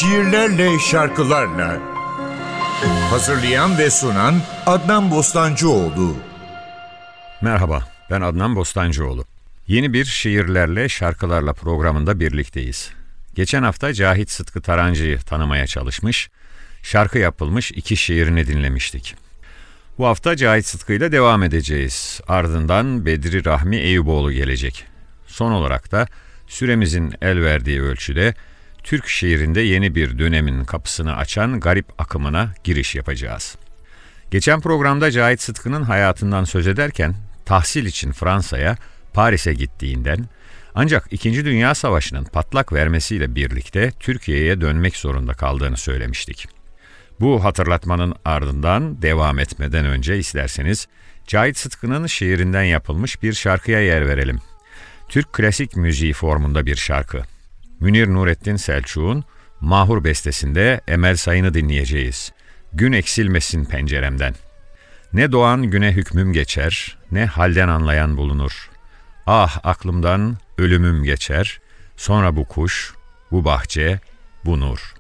şiirlerle, şarkılarla. Hazırlayan ve sunan Adnan Bostancıoğlu. Merhaba, ben Adnan Bostancıoğlu. Yeni bir Şiirlerle, Şarkılarla programında birlikteyiz. Geçen hafta Cahit Sıtkı Tarancı'yı tanımaya çalışmış, şarkı yapılmış 2 şiirini dinlemiştik. Bu hafta Cahit Sıtkı ile devam edeceğiz. Ardından Bedri Rahmi Eyüboğlu gelecek. Son olarak da süremizin el verdiği ölçüde Türk şiirinde yeni bir dönemin kapısını açan garip akımına giriş yapacağız. Geçen programda Cahit Sıtkı'nın hayatından söz ederken tahsil için Fransa'ya, Paris'e gittiğinden, ancak 2. Dünya Savaşı'nın patlak vermesiyle birlikte Türkiye'ye dönmek zorunda kaldığını söylemiştik. Bu hatırlatmanın ardından devam etmeden önce isterseniz Cahit Sıtkı'nın şiirinden yapılmış bir şarkıya yer verelim. Türk klasik müziği formunda bir şarkı. Münir Nurettin Selçuk'un Mahur bestesinde Emel Sayın'ı dinleyeceğiz. Gün eksilmesin penceremden. Ne doğan güne hükmüm geçer, ne halden anlayan bulunur. Ah aklımdan ölümüm geçer, sonra bu kuş, bu bahçe, bu nur.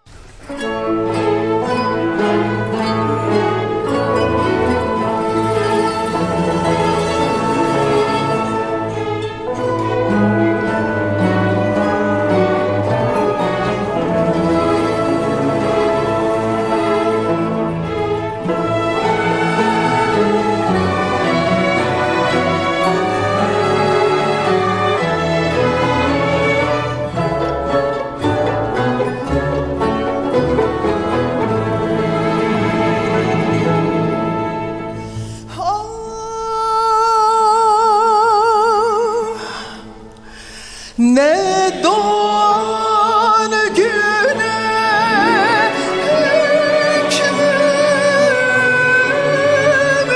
Ne doğan güne hükmüm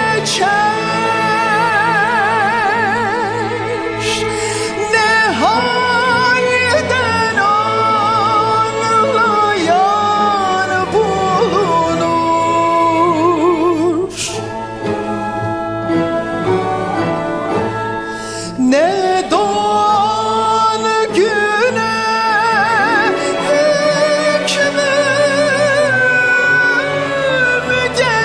geçer, ne halden anlayan bulunur. Ne doğan güne hükmüm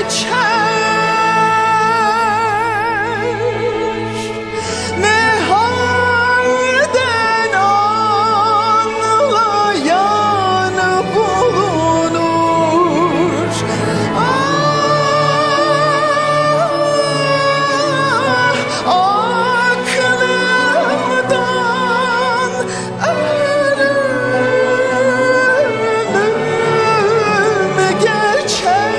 geçer, ne halden anlayan bulunur. Aklımdan ölümüm geçer.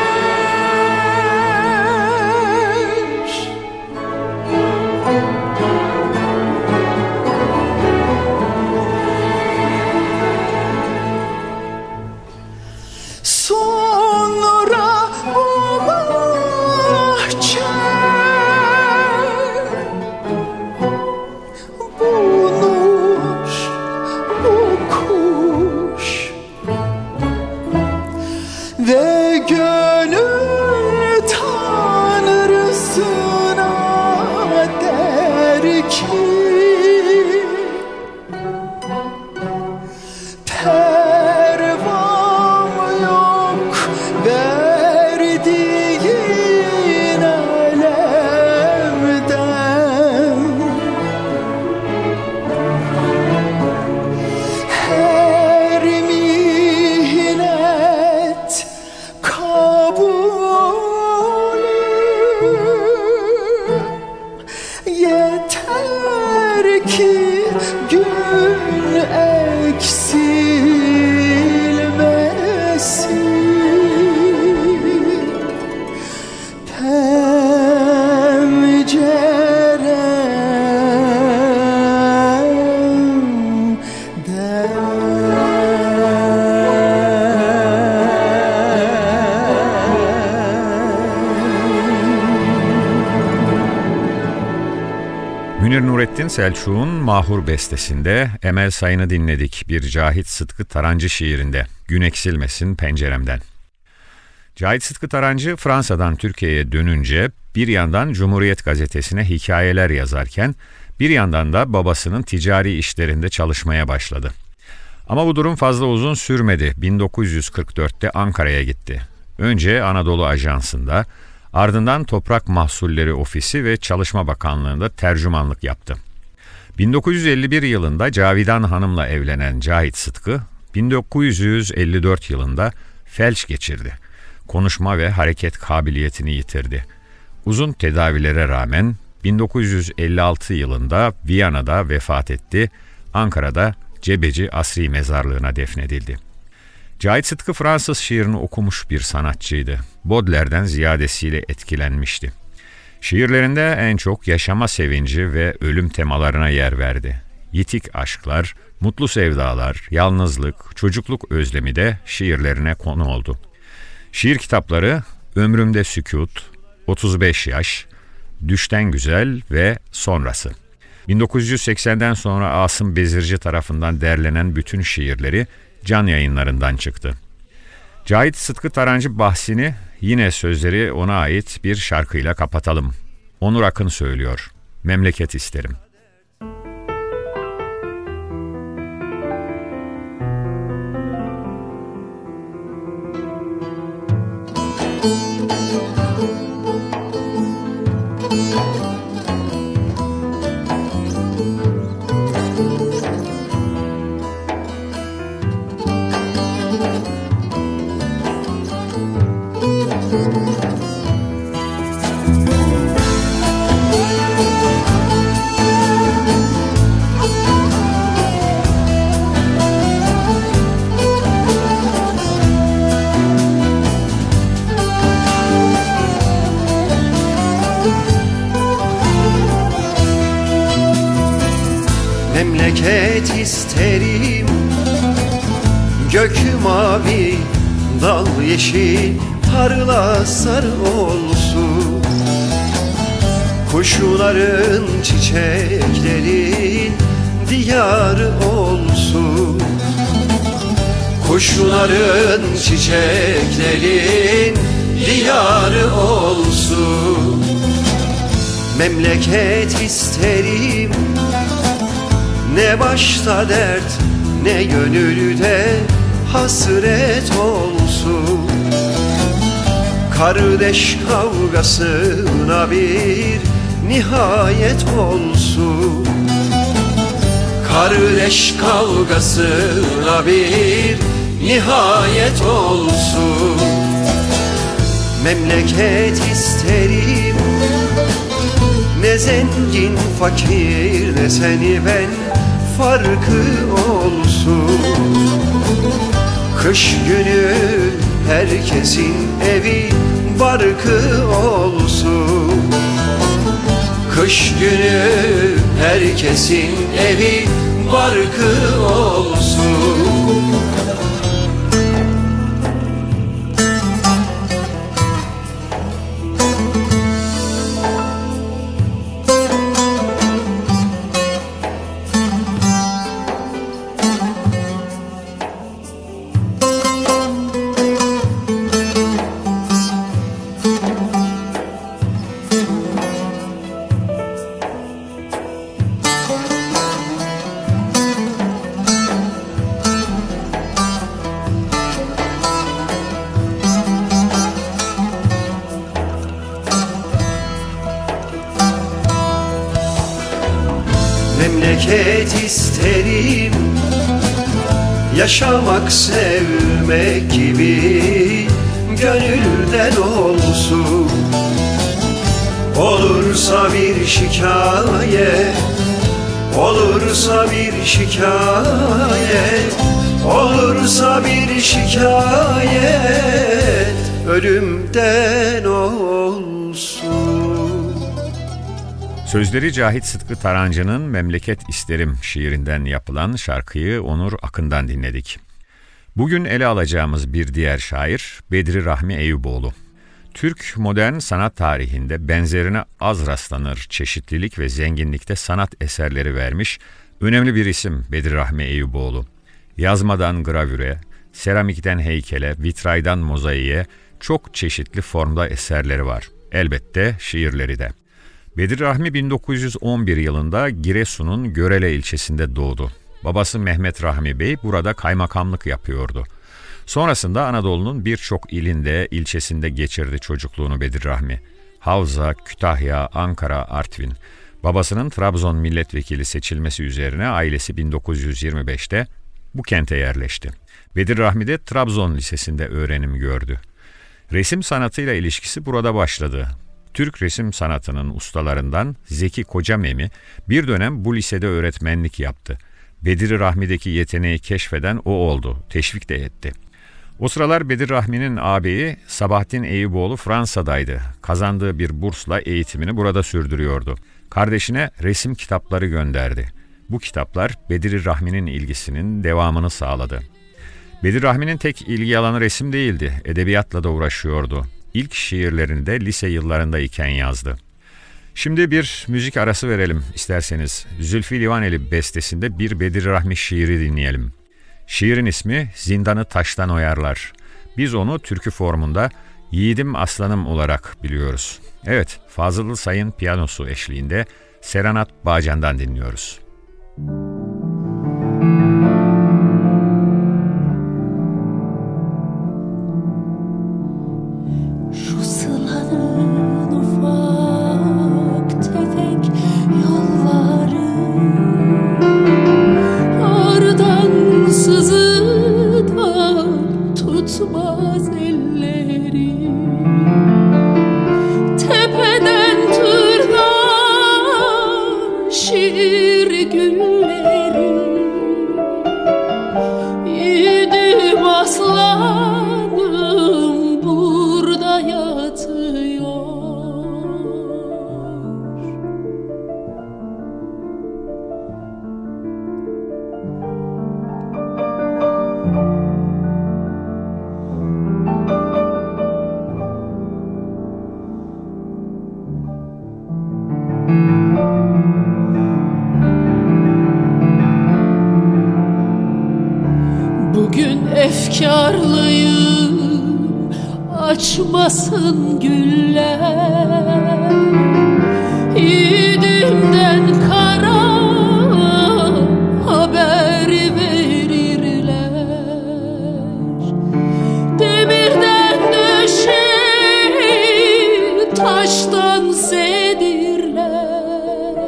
Sonra bu bahçe, bu nur, bu kuş ve gönül tanrısına der ki pervam yok verdiğin alemden. Her mihnet kabulü yeter ki gün eksilmesin Münir Nurettin Selçuk'un Mahur bestesinde Emel Sayın'ı dinledik bir Cahit Sıtkı Tarancı şiirinde. Gün eksilmesin penceremden. Cahit Sıtkı Tarancı Fransa'dan Türkiye'ye dönünce bir yandan Cumhuriyet Gazetesi'ne hikayeler yazarken bir yandan da babasının ticari işlerinde çalışmaya başladı. Ama bu durum fazla uzun sürmedi. 1944'te Ankara'ya gitti. Önce Anadolu Ajansı'nda, ardından Toprak Mahsulleri Ofisi ve Çalışma Bakanlığı'nda tercümanlık yaptı. 1951 yılında Cavidan Hanım'la evlenen Cahit Sıtkı, 1954 yılında felç geçirdi. Konuşma ve hareket kabiliyetini yitirdi. Uzun tedavilere rağmen 1956 yılında Viyana'da vefat etti, Ankara'da Cebeci Asri Mezarlığı'na defnedildi. Cahit Sıtkı Fransız şiirini okumuş bir sanatçıydı. Baudelaire'den ziyadesiyle etkilenmişti. Şiirlerinde en çok yaşama sevinci ve ölüm temalarına yer verdi. Yitik aşklar, mutlu sevdalar, yalnızlık, çocukluk özlemi de şiirlerine konu oldu. Şiir kitapları Ömrümde Sükût, 35 Yaş, Düşten Güzel ve Sonrası. 1980'den sonra Asım Bezirci tarafından derlenen bütün şiirleri Can Yayınları'ndan çıktı. Cahit Sıtkı Tarancı bahsini yine sözleri ona ait bir şarkıyla kapatalım. Onur Akın söylüyor. Memleket isterim. Memleket isterim, gök mavi, dal yeşil, tarla sarı olsun. Kuşların, çiçeklerin diyarı olsun. Kuşların, çiçeklerin diyarı olsun. Memleket isterim, ne başta dert, ne gönülde hasret olsun. Kardeş kavgasına bir nihayet olsun. Kardeş kavgasına bir nihayet olsun. Memleket isterim, ne zengin fakir ne seni ben farkı olsun. Kış günü herkesin evi barkı olsun. Kış günü herkesin evi barkı olsun. Memleket isterim, yaşamak sevmek gibi gönülden olsun. Olursa bir şikayet, olursa bir şikayet, olursa bir şikayet ölümden olsun. Sözleri Cahit Sıtkı Tarancı'nın Memleket İsterim şiirinden yapılan şarkıyı Onur Akın'dan dinledik. Bugün ele alacağımız bir diğer şair Bedri Rahmi Eyüboğlu. Türk modern sanat tarihinde benzerine az rastlanır çeşitlilik ve zenginlikte sanat eserleri vermiş önemli bir isim Bedri Rahmi Eyüboğlu. Yazmadan gravüre, seramikten heykele, vitraydan mozaiğe çok çeşitli formda eserleri var. Elbette şiirleri de. Bedri Rahmi 1911 yılında Giresun'un Görele ilçesinde doğdu. Babası Mehmet Rahmi Bey burada kaymakamlık yapıyordu. Sonrasında Anadolu'nun birçok ilinde, ilçesinde geçirdi çocukluğunu Bedir Rahmi. Havza, Kütahya, Ankara, Artvin. Babasının Trabzon milletvekili seçilmesi üzerine ailesi 1925'te bu kente yerleşti. Bedir Rahmi de Trabzon Lisesi'nde öğrenim gördü. Resim sanatıyla ilişkisi burada başladı. Türk resim sanatının ustalarından Zeki Kocamemi bir dönem bu lisede öğretmenlik yaptı. Bedir Rahmi'deki yeteneği keşfeden o oldu, teşvik de etti. O sıralar Bedir Rahmi'nin ağabeyi Sabahattin Eyüboğlu Fransa'daydı. Kazandığı bir bursla eğitimini burada sürdürüyordu. Kardeşine resim kitapları gönderdi. Bu kitaplar Bedir Rahmi'nin ilgisinin devamını sağladı. Bedir Rahmi'nin tek ilgi alanı resim değildi, edebiyatla da uğraşıyordu. İlk şiirlerini de lise yıllarındayken yazdı. Şimdi bir müzik arası verelim isterseniz. Zülfü Livaneli bestesinde bir Bedir Rahmi şiiri dinleyelim. Şiirin ismi Zindanı Taştan Oyarlar. Biz onu türkü formunda Yiğidim Aslanım olarak biliyoruz. Evet, Fazıl Say'ın piyanosu eşliğinde Serenat Bağcan'dan dinliyoruz. Şu sılanın ufak tefek yolları oradan sızıdan tutmaz elleri tepeden tırnağa şiir gülleri yiğidim aslanım burada yatıyor. Bugün efkarlıyım, açmasın güller. Yiğidimden kara haber verirler. Demirden döşeği taştan sedirler.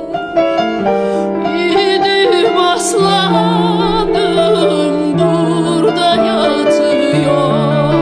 Yiğidim aslanım burada yatıyor.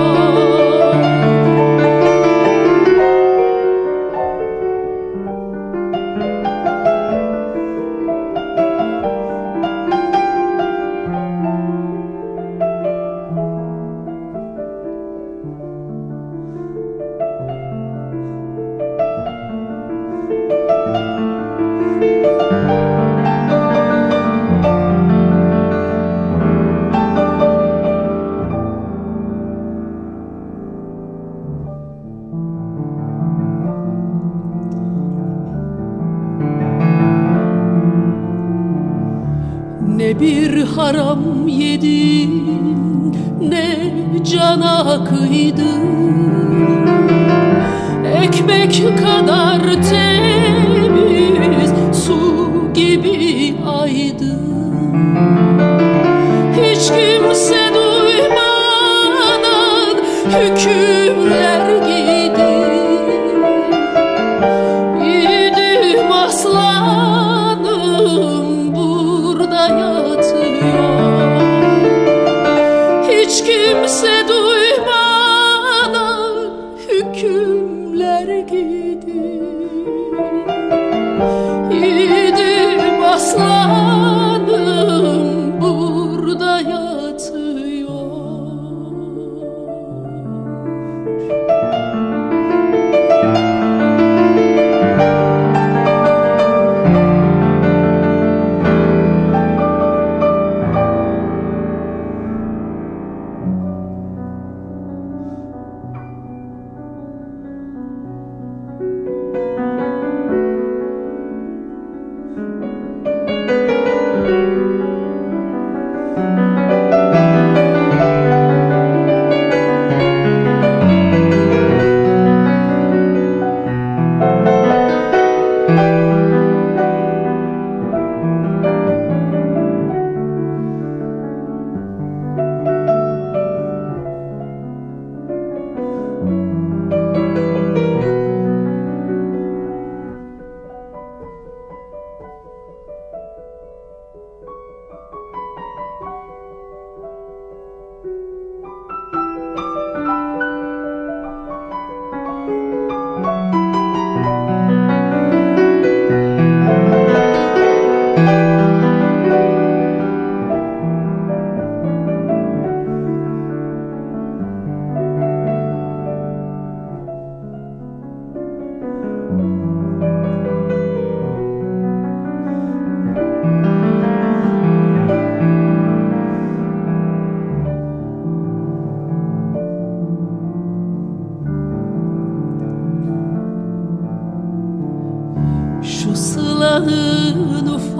Ne bir haram yedin, ne cana kıydın. Ekmek kadar temiz, su gibi aydın. Hiç kimse duymadan hükümler giydin. Yiğidim aslanım burada yatıyor. Hiç kimse duymadan hükümler giydin.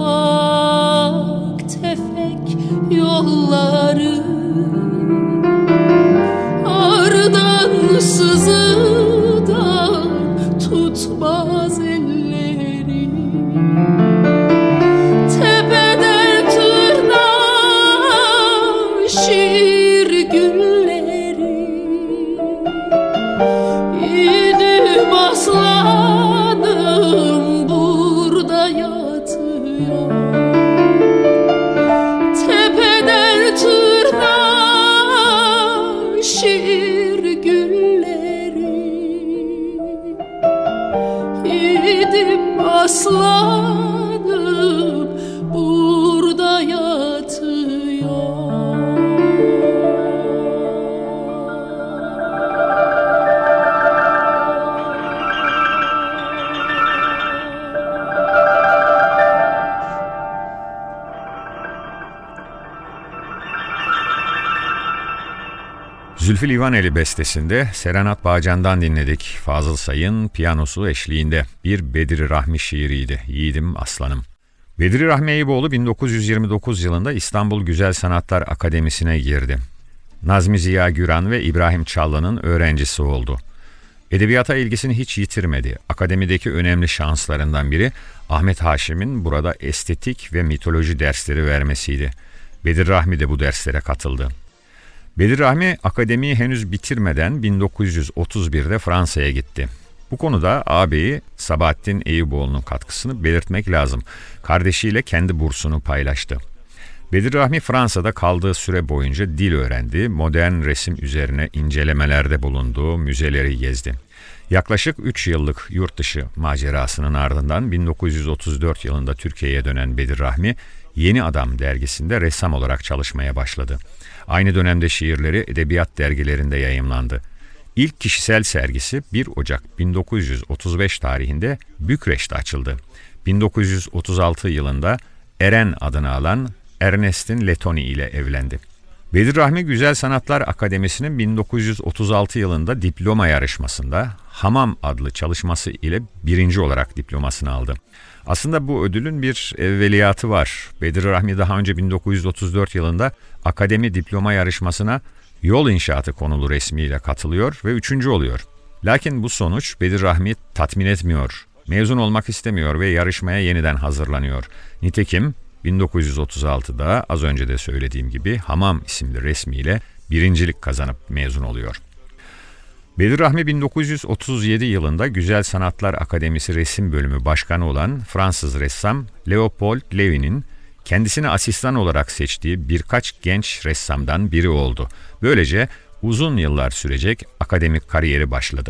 ufak tefek yolları, ardan sızıdan tutmaz elleri, tepeden tırnağa şiir gülleri. Yiğidim aslanım burada yatıyor, tepeden tırnağa şiir gülleri. Yiğidim aslanım burada yatıyor. Zülfü Livaneli bestesinde Serenat Bağcan'dan dinledik. Fazıl Say'ın piyanosu eşliğinde bir Bedri Rahmi şiiriydi. Yiğidim aslanım. Bedri Rahmi Eyüboğlu 1929 yılında İstanbul Güzel Sanatlar Akademisi'ne girdi. Nazmi Ziya Güran ve İbrahim Çallı'nın öğrencisi oldu. Edebiyata ilgisini hiç yitirmedi. Akademideki önemli şanslarından biri Ahmet Haşim'in burada estetik ve mitoloji dersleri vermesiydi. Bedri Rahmi de bu derslere katıldı. Bedri Rahmi akademiyi henüz bitirmeden 1931'de Fransa'ya gitti. Bu konuda ağabeyi Sabahattin Eyüboğlu'nun katkısını belirtmek lazım. Kardeşiyle kendi bursunu paylaştı. Bedri Rahmi Fransa'da kaldığı süre boyunca dil öğrendi, modern resim üzerine incelemelerde bulundu, müzeleri gezdi. Yaklaşık 3 yıllık yurt dışı macerasının ardından 1934 yılında Türkiye'ye dönen Bedri Rahmi, Yeni Adam dergisinde ressam olarak çalışmaya başladı. Aynı dönemde şiirleri edebiyat dergilerinde yayımlandı. İlk kişisel sergisi 1 Ocak 1935 tarihinde Bükreş'te açıldı. 1936 yılında Eren adını alan Ernestine Letoni ile evlendi. Bedri Rahmi Güzel Sanatlar Akademisi'nin 1936 yılında diploma yarışmasında Hamam adlı çalışması ile 1. olarak diplomasını aldı. Aslında bu ödülün bir evveliyatı var. Bedri Rahmi daha önce 1934 yılında akademi diploma yarışmasına yol inşaatı konulu resmiyle katılıyor ve 3. oluyor. Lakin bu sonuç Bedri Rahmi tatmin etmiyor. Mezun olmak istemiyor ve yarışmaya yeniden hazırlanıyor. Nitekim 1936'da az önce de söylediğim gibi Hamam isimli resmiyle birincilik kazanıp mezun oluyor. Bedri Rahmi 1937 yılında Güzel Sanatlar Akademisi Resim Bölümü Başkanı olan Fransız ressam Léopold Lévy'nin kendisine asistan olarak seçtiği birkaç genç ressamdan biri oldu. Böylece uzun yıllar sürecek akademik kariyeri başladı.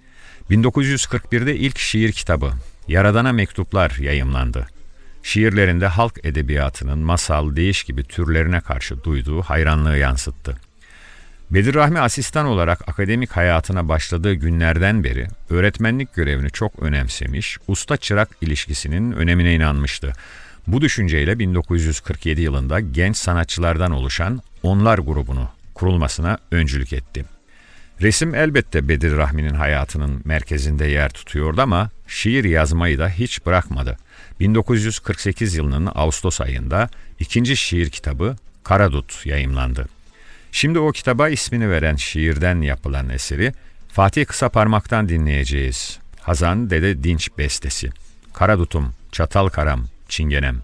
1941'de ilk şiir kitabı Yaradan'a Mektuplar yayımlandı. Şiirlerinde halk edebiyatının masal, deyiş gibi türlerine karşı duyduğu hayranlığı yansıttı. Bedri Rahmi asistan olarak akademik hayatına başladığı günlerden beri öğretmenlik görevini çok önemsemiş, usta-çırak ilişkisinin önemine inanmıştı. Bu düşünceyle 1947 yılında genç sanatçılardan oluşan Onlar grubunu kurulmasına öncülük etti. Resim elbette Bedri Rahmi'nin hayatının merkezinde yer tutuyordu ama şiir yazmayı da hiç bırakmadı. 1948 yılının Ağustos ayında ikinci şiir kitabı Karadut yayımlandı. Şimdi o kitaba ismini veren şiirden yapılan eseri Fatih Kısaparmak'tan dinleyeceğiz. Hazan Dede Dinç bestesi. Karadutum, çatal karam, çingenem.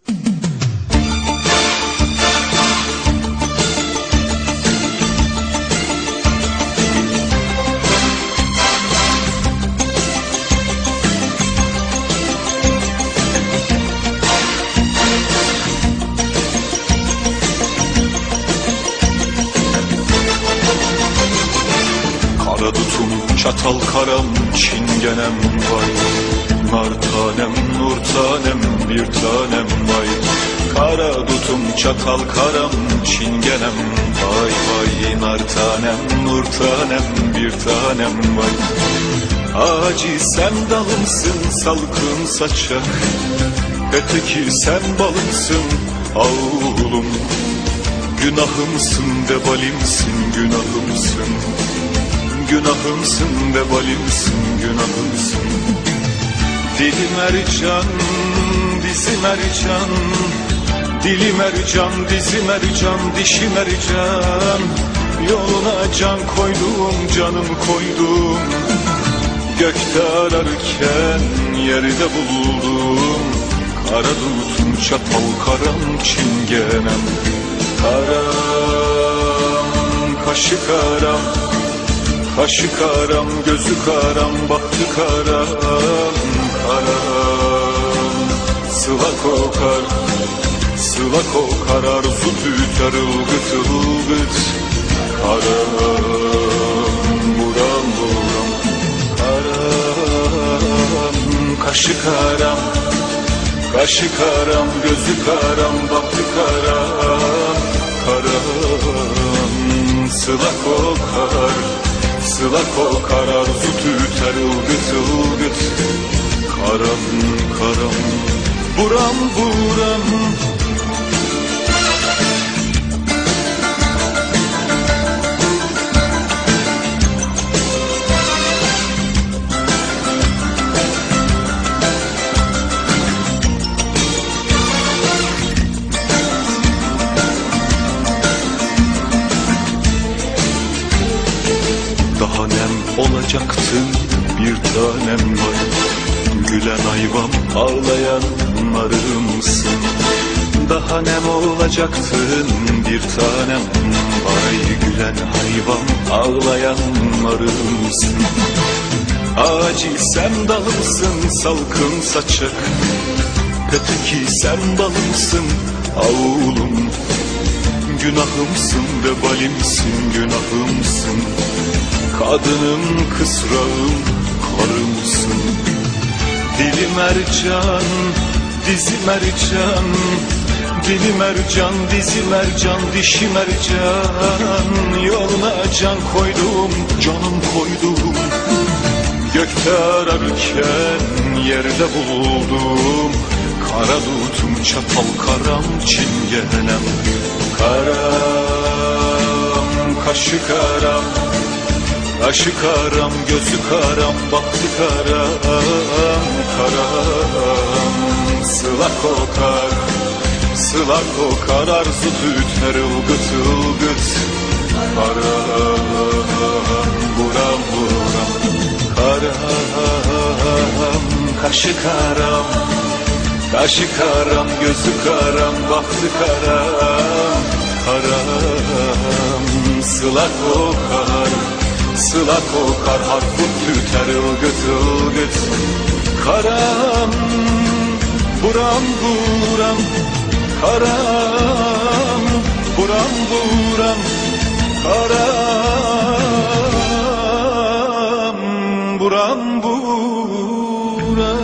Karadutum, çatal karam, çingenem vay. Nar tanem, nur tanem, bir tanem vay. Karadutum, çatal karam, çingenem vay vay. Nar tanem, nur tanem, bir tanem vay. Ağacı sen dalımsın, salkın saçak. Öteki sen balımsın, avulum. Günahımsın, vebalimsin, günahımsın. Günahımsın, vebalimsin, günahımsın. Dili mercan, dizi mercan, dili mercan, dizi mercan, dişi mercan. Yoluna can koydum, canım koydum. Gökte ararken yerde buldum. Kara dulutum, çatal karam, çingenem. Karam, kaşı karam, kaşı karam, gözü karam, bahtı karam. Karam, sıla kokar, sıla kokar, arzu tüter, ılgıt ılgıt. Karam, buram buram, karam, kaşı karam, kaşı karam, gözü karam, bahtı karam. Karam, sıla kokar, sıla kokar, arzu tüter, ılgıt ılgıt. Karam, karam, buram buram. Daha nem olacaktın, bir tanem var. Gülen ayvam, ağlayan narımsın. Daha nem olacaktın, bir tanem var. Gülen hayvan, ağlayan narımsın. Acil sen dalımsın, salkın saçak. Öteki sen balımsın, avulum. Günahımsın, vebalimsin, günahımsın. Kadınım, kısrağım, karımsın. Dili mercan, dizi mercan, dili mercan, dizi mercan, dişi mercan. Yoluna can koydum, canım koydum. Gökte ararken yerde buldum. Kara dutum, çatal karam, çingenem. Karam, kaşı karam, kaşı karam, gözü karam, bahtı karam. Karam, sıla kokar, sıla kokar, arzu tüter, ılgıt ılgıt. Karam, buram buram, karam, kaşı karam, kaşı karam, gözü karam, bahtı karam. Karam, sıla kokar, sıla kokar, harfut tüter, ılgıt ılgıt. Karam, buram buram, karam, buram buram, karam, buram buram.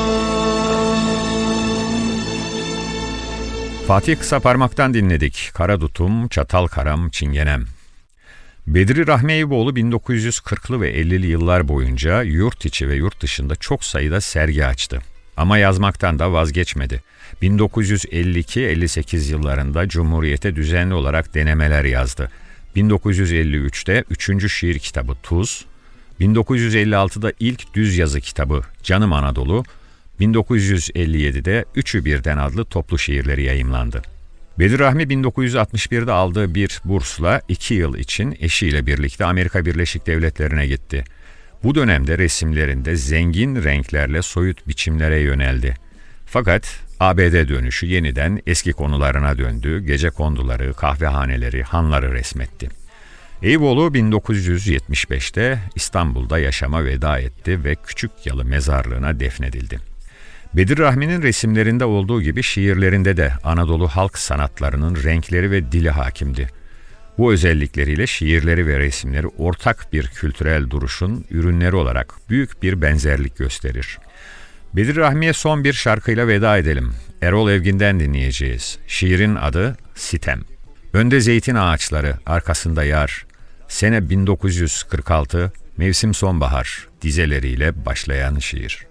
Fatih Kısaparmak'tan dinledik. Kara dutum, çatal karam, çingenem. Bedri Rahmi Eyüboğlu 1940'lı ve 50'li yıllar boyunca yurt içi ve yurt dışında çok sayıda sergi açtı. Ama yazmaktan da vazgeçmedi. 1952-58 yıllarında Cumhuriyet'e düzenli olarak denemeler yazdı. 1953'te 3. şiir kitabı Tuz, 1956'da ilk düz yazı kitabı Canım Anadolu, 1957'de Üçü Birden adlı toplu şiirleri yayımlandı. Bedri Rahmi 1961'de aldığı bir bursla 2 yıl için eşiyle birlikte Amerika Birleşik Devletleri'ne gitti. Bu dönemde resimlerinde zengin renklerle soyut biçimlere yöneldi. Fakat ABD dönüşü yeniden eski konularına döndü, gecekonduları, kahvehaneleri, hanları resmetti. Eyüboğlu 1975'te İstanbul'da yaşama veda etti ve Küçükyalı mezarlığına defnedildi. Bedri Rahmi'nin resimlerinde olduğu gibi şiirlerinde de Anadolu halk sanatlarının renkleri ve dili hakimdi. Bu özellikleriyle şiirleri ve resimleri ortak bir kültürel duruşun ürünleri olarak büyük bir benzerlik gösterir. Bedri Rahmi'ye son bir şarkıyla veda edelim. Erol Evgin'den dinleyeceğiz. Şiirin adı Sitem. Önde zeytin ağaçları, arkasında yar. Sene 1946, mevsim sonbahar dizeleriyle başlayan şiir.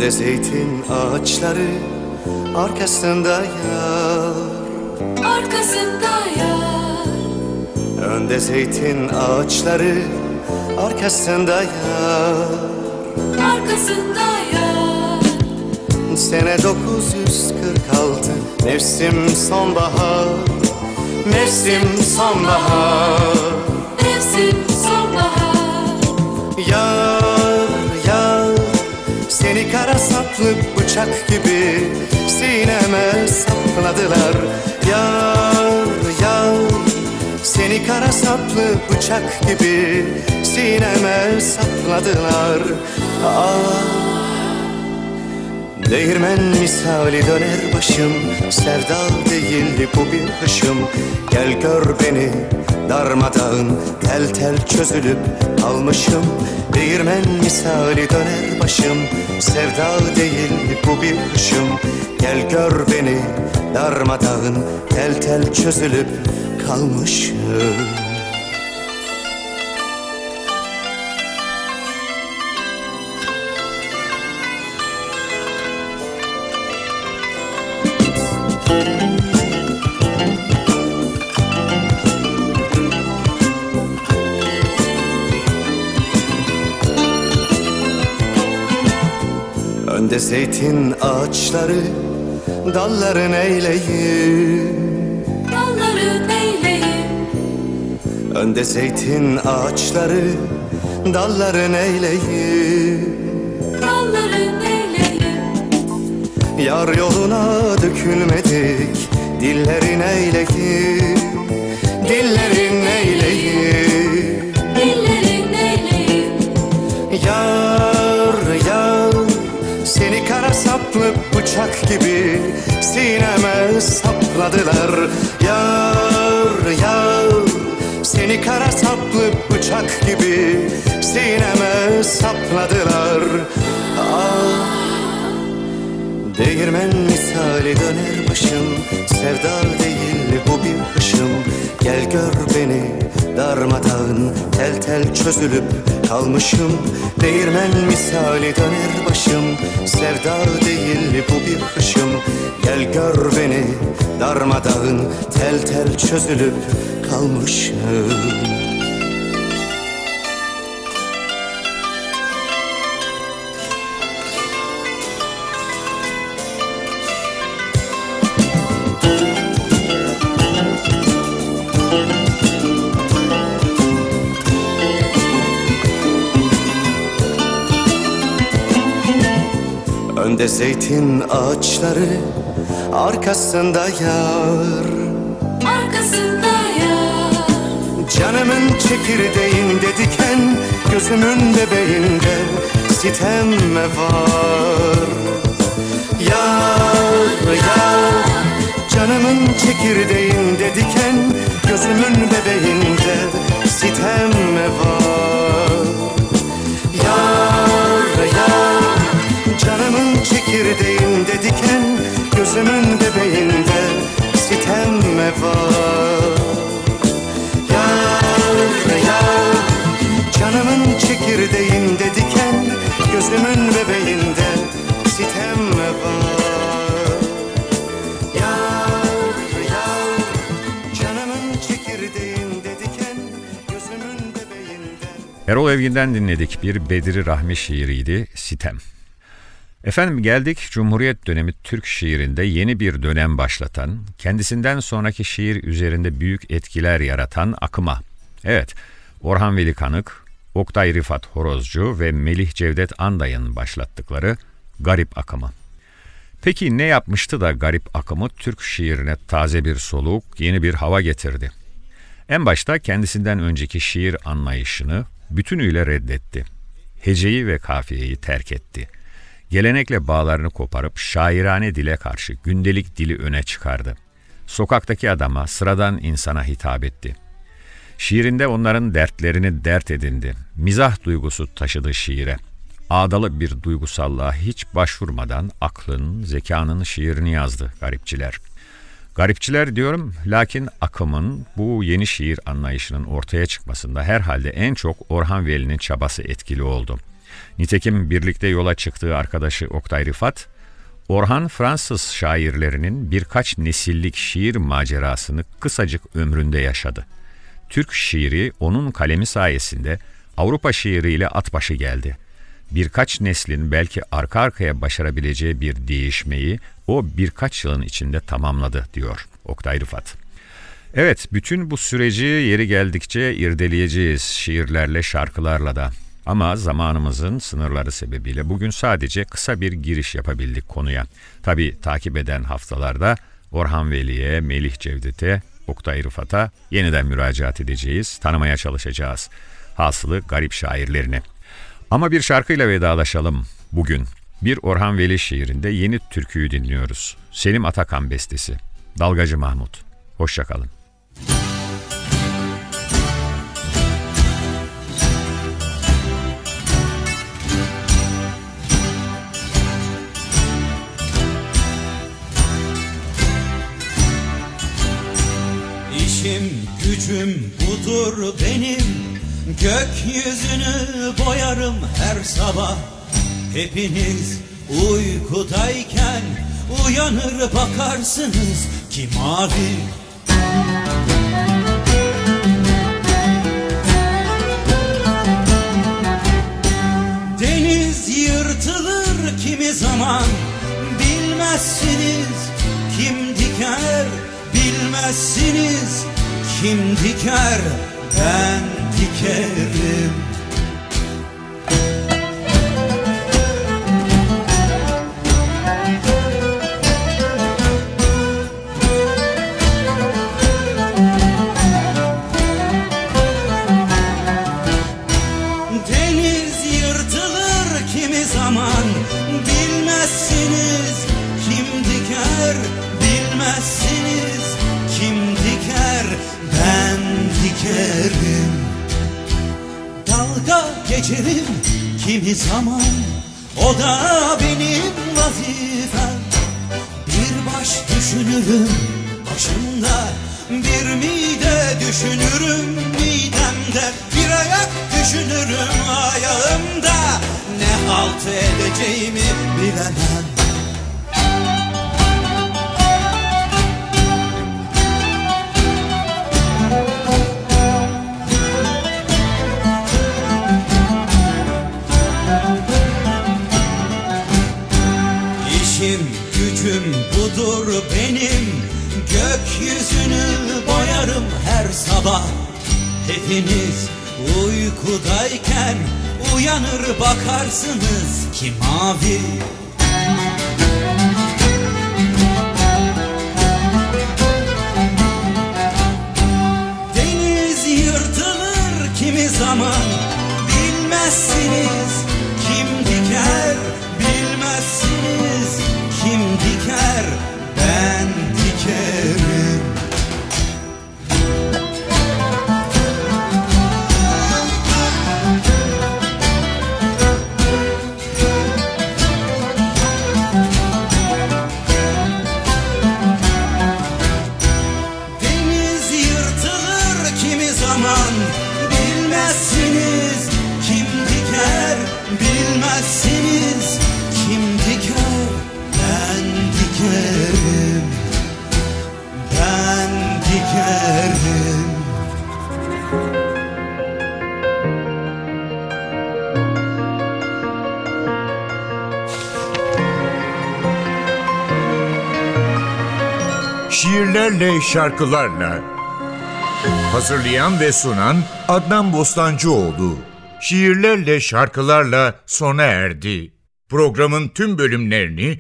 Önde zeytin ağaçları, arkasında yar. Arkasında yar. Önde zeytin ağaçları, arkasında yar. Arkasında yar. Sene 946, mevsim sonbahar. Mevsim sonbahar. Mevsim sonbahar. Yar, yar, seni kara saplı bıçak gibi sineme sapladılar. Yar, yar, seni kara saplı bıçak gibi sineme sapladılar. Değirmen misali döner başım, sevda değil bu bir hışım. Gel gör beni darmadağın, tel tel çözülüp kalmışım. Değirmen misali döner başım, sevda değil bu bir hışım. Gel gör beni darmadağın, tel tel çözülüp kalmışım. Önde zeytin ağaçları, dalların eyleyim. Dalların eyleyim. Önde zeytin ağaçları, dalların eyleyim. Dalların eyleyim. Yar yoluna dökülmedik, dillerin eyleyim. Dillerin eyleyim. Dillerin eyleyim. Yar, yar, seni kara saplı bıçak gibi sineme sapladılar. Yar, yar, seni kara saplı bıçak gibi sineme sapladılar. Değirmen misali döner başım, sevda değil bu bir hışım. Gel gör beni darmadağın, tel tel çözülüp kalmışım. Değirmen misali döner başım, sevda değil bu bir hışım. Gel gör beni darmadağın, tel tel çözülüp kalmışım. Önde zeytin ağaçları, arkasında yar. Arkasında yar. Canımın çekirdeğinde diken, gözümün bebeğinde sitem var. Yar, yar, canımın çekirdeğinde diken, gözümün bebeğinde sitem var. Yar, yar, canımın çekirdeğinde diken, gözümün bebeğinde sitem var. Yar, yar, canımın çekirdeğinde diken, gözümün bebeğinde sitem var. Yar, yar, canımın çekirdeğinde diken, gözümün bebeğinde. Erol Evgin'den dinledik bir Bedri Rahmi şiiriydi Sitem. Efendim geldik Cumhuriyet dönemi Türk şiirinde yeni bir dönem başlatan, kendisinden sonraki şiir üzerinde büyük etkiler yaratan akıma. Evet, Orhan Veli Kanık, Oktay Rifat Horozcu ve Melih Cevdet Anday'ın başlattıkları Garip akımı. Peki ne yapmıştı da Garip akımı Türk şiirine taze bir soluk, yeni bir hava getirdi? En başta kendisinden önceki şiir anlayışını bütünüyle reddetti. Heceyi ve kafiyeyi terk etti. Gelenekle bağlarını koparıp şairane dile karşı gündelik dili öne çıkardı. Sokaktaki adama, sıradan insana hitap etti. Şiirinde onların dertlerini dert edindi. Mizah duygusu taşıdı şiire. Ağdalı bir duygusallığa hiç başvurmadan aklın, zekanın şiirini yazdı garipçiler. Garipçiler diyorum, lakin akımın bu yeni şiir anlayışının ortaya çıkmasında herhalde en çok Orhan Veli'nin çabası etkili oldu. Nitekim birlikte yola çıktığı arkadaşı Oktay Rıfat, Orhan Fransız şairlerinin birkaç nesillik şiir macerasını kısacık ömründe yaşadı. Türk şiiri onun kalemi sayesinde Avrupa şiiriyle at başı geldi. Birkaç neslin belki arka arkaya başarabileceği bir değişmeyi o birkaç yılın içinde tamamladı diyor Oktay Rıfat. Evet, bütün bu süreci yeri geldikçe irdeleyeceğiz şiirlerle, şarkılarla da. Ama zamanımızın sınırları sebebiyle bugün sadece kısa bir giriş yapabildik konuya. Tabii takip eden haftalarda Orhan Veli'ye, Melih Cevdet'e, Oktay Rıfat'a yeniden müracaat edeceğiz, tanımaya çalışacağız hasılı garip şairlerini. Ama bir şarkıyla vedalaşalım bugün. Bir Orhan Veli şiirinde yeni türküyü dinliyoruz. Selim Atakan bestesi. Dalgacı Mahmut. Hoşça kalın. İşim gücüm budur benim, gökyüzünü boyarım her sabah. Hepiniz uykudayken uyanır bakarsınız ki mavi. Deniz yırtılır kimi zaman, bilmezsiniz kim diker. Bilmezsiniz kim diker, ben dikerim. Deniz yırtılır kimi zaman, bilmezsiniz kim diker. Bilmezsiniz kim diker, ben dikerim. Dalga geçerim kimi zaman, o da benim vazifem. Bir baş düşünürüm başımda, bir mide düşünürüm midemde, bir ayak düşünürüm ayağımda. Ne halt edeceğimi bilemem. İşim gücüm budur benim, gökyüzünü boyarım her sabah. Hepiniz uykudayken uyanır bakarsınız ki mavi. Deniz yırtılır kimi zaman, bilmezsiniz kim diker. Bilmezsiniz kim diker, ben dikerim. Deniz yırtılır kimi zaman, bilmezsiniz kim diker. Bilmezsiniz kim diker, ben dikerim. Ben dikerim. Şiirlerle, şarkılarla. Hazırlayan ve sunan Adnan Bostancıoğlu. Şiirlerle, şarkılarla sona erdi. Programın tüm bölümlerini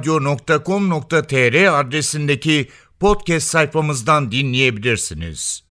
ntvradio.com.tr adresindeki podcast sayfamızdan dinleyebilirsiniz.